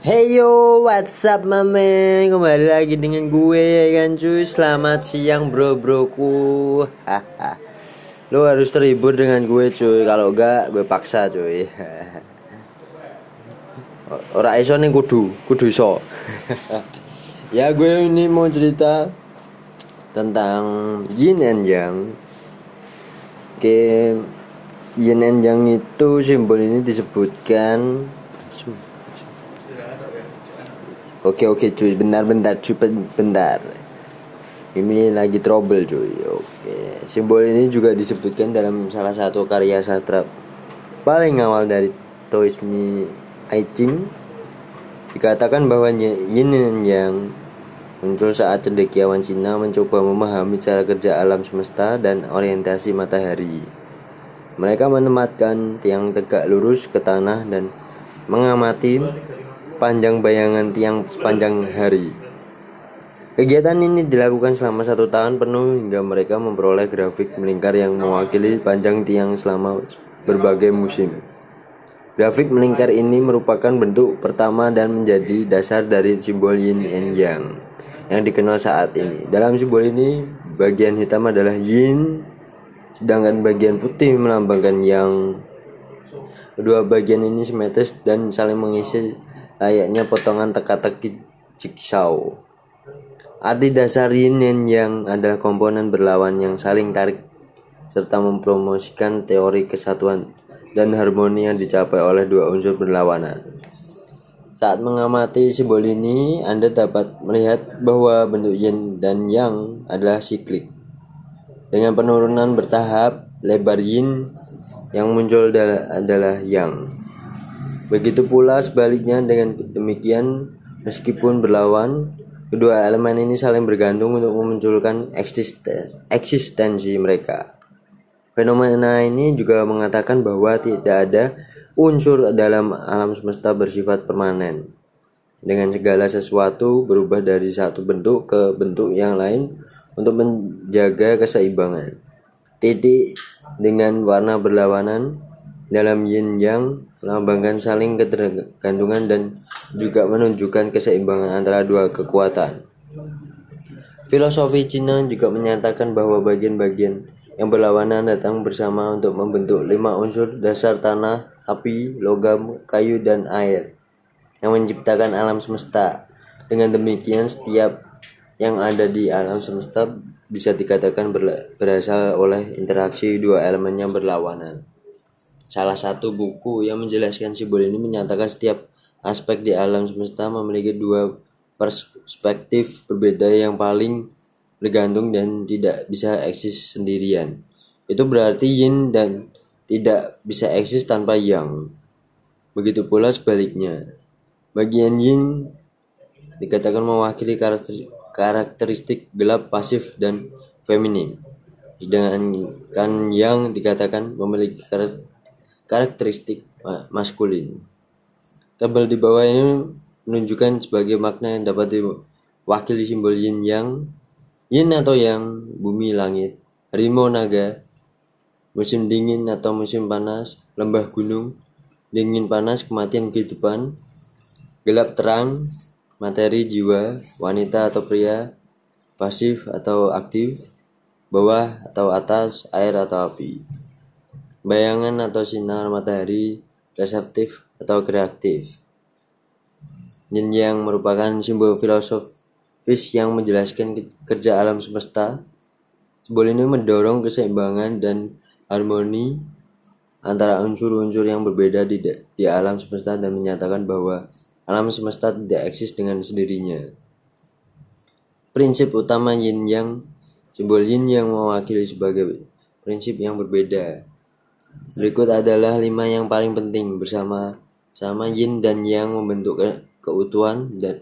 Hey yo, what's up mamen? Kembali lagi dengan gue ya kan cuy. Selamat siang bro-broku. Haha. Lo harus terhibur dengan gue cuy. Kalau enggak gue paksa cuy. Ora iso ning kudu iso. Ya gue ini mau cerita tentang yin and yang. Oke, yin and yang itu simbol ini disebutkan. Oke cuy, bentar cuy, bentar. Ini lagi trouble cuy. Oke, simbol ini juga disebutkan dalam salah satu karya sastra paling awal dari Taoisme I Ching. Dikatakan bahwa yin dan yang muncul saat cendekiawan Cina mencoba memahami cara kerja alam semesta dan orientasi matahari. Mereka menempatkan tiang tegak lurus ke tanah dan mengamati panjang bayangan tiang sepanjang hari. Kegiatan ini dilakukan selama 1 tahun penuh hingga mereka memperoleh grafik melingkar yang mewakili panjang tiang selama berbagai musim. Grafik melingkar ini merupakan bentuk pertama dan menjadi dasar dari simbol yin and yang dikenal saat ini. Dalam simbol ini, bagian hitam adalah yin, sedangkan bagian putih melambangkan yang. Kedua bagian ini simetris dan saling mengisi layaknya potongan teka-teki jigsaw. Arti dasar yin dan yang adalah komponen berlawan yang saling tarik serta mempromosikan teori kesatuan dan harmoni yang dicapai oleh dua unsur berlawanan. Saat mengamati simbol ini, Anda dapat melihat bahwa bentuk yin dan yang adalah siklik. Dengan penurunan bertahap, lebar yin yang muncul adalah yang. Begitu pula sebaliknya. Dengan demikian, meskipun berlawan, kedua elemen ini saling bergantung untuk memunculkan eksistensi mereka. Fenomena ini juga mengatakan bahwa tidak ada unsur dalam alam semesta bersifat permanen. Dengan segala sesuatu berubah dari satu bentuk ke bentuk yang lain untuk menjaga keseimbangan. Titik dengan warna berlawanan dalam yin yang melambangkan saling ketergantungan dan juga menunjukkan keseimbangan antara dua kekuatan. Filosofi Cina juga menyatakan bahwa bagian-bagian yang berlawanan datang bersama untuk membentuk 5 unsur dasar tanah, api, logam, kayu, dan air yang menciptakan alam semesta. Dengan demikian, setiap yang ada di alam semesta bisa dikatakan berasal oleh interaksi dua elemen yang berlawanan. Salah satu buku yang menjelaskan simbol ini menyatakan setiap aspek di alam semesta memiliki dua perspektif berbeda yang paling bergantung dan tidak bisa eksis sendirian. Itu berarti yin dan tidak bisa eksis tanpa yang. Begitu pula sebaliknya. Bagian yin dikatakan mewakili karakteristik gelap, pasif, dan feminim. Sedangkan yang dikatakan memiliki karakteristik maskulin. Tabel di bawah ini menunjukkan sebagai makna yang dapat diwakili simbol yin yang. Yin atau yang, bumi langit, harimau naga, musim dingin atau musim panas, lembah gunung, dingin panas kematian kehidupan, gelap terang, materi jiwa, wanita atau pria, pasif atau aktif, bawah atau atas, air atau api, bayangan atau sinar matahari, reseptif atau kreatif. Yin yang merupakan simbol filosofis yang menjelaskan kerja alam semesta. Simbol ini mendorong keseimbangan dan harmoni antara unsur-unsur yang berbeda di alam semesta dan menyatakan bahwa alam semesta tidak eksis dengan sendirinya. Prinsip utama yin yang. Simbol yin yang mewakili sebagai prinsip yang berbeda. Berikut adalah 5 yang paling penting. Bersama-sama yin dan yang membentuk keutuhan, dan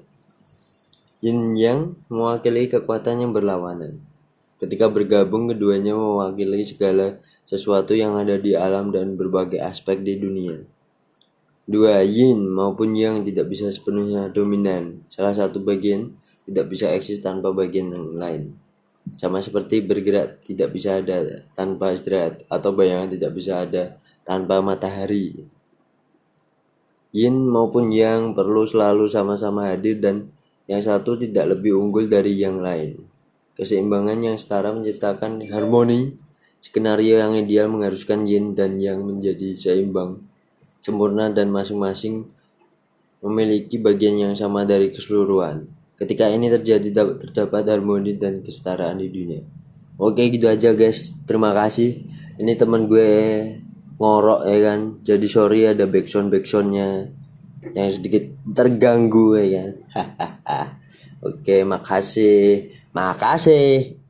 yin yang mewakili kekuatan yang berlawanan. Ketika bergabung, keduanya mewakili segala sesuatu yang ada di alam dan berbagai aspek di dunia. Dua yin maupun yang tidak bisa sepenuhnya dominan. Salah satu bagian tidak bisa eksis tanpa bagian yang lain. Sama seperti bergerak tidak bisa ada tanpa istirahat, atau bayangan tidak bisa ada tanpa matahari. yin maupun yang perlu selalu sama-sama hadir dan yang satu tidak lebih unggul dari yang lain. Keseimbangan yang setara menciptakan harmoni. Skenario yang ideal mengharuskan yin dan yang menjadi seimbang, sempurna dan masing-masing memiliki bagian yang sama dari keseluruhan. Ketika ini terjadi terdapat harmoni dan kesetaraan di dunia. Oke gitu aja guys. Terima kasih. Ini teman gue ngorok ya kan. Jadi sorry ada backsoundnya yang sedikit terganggu ya kan. Oke, makasih.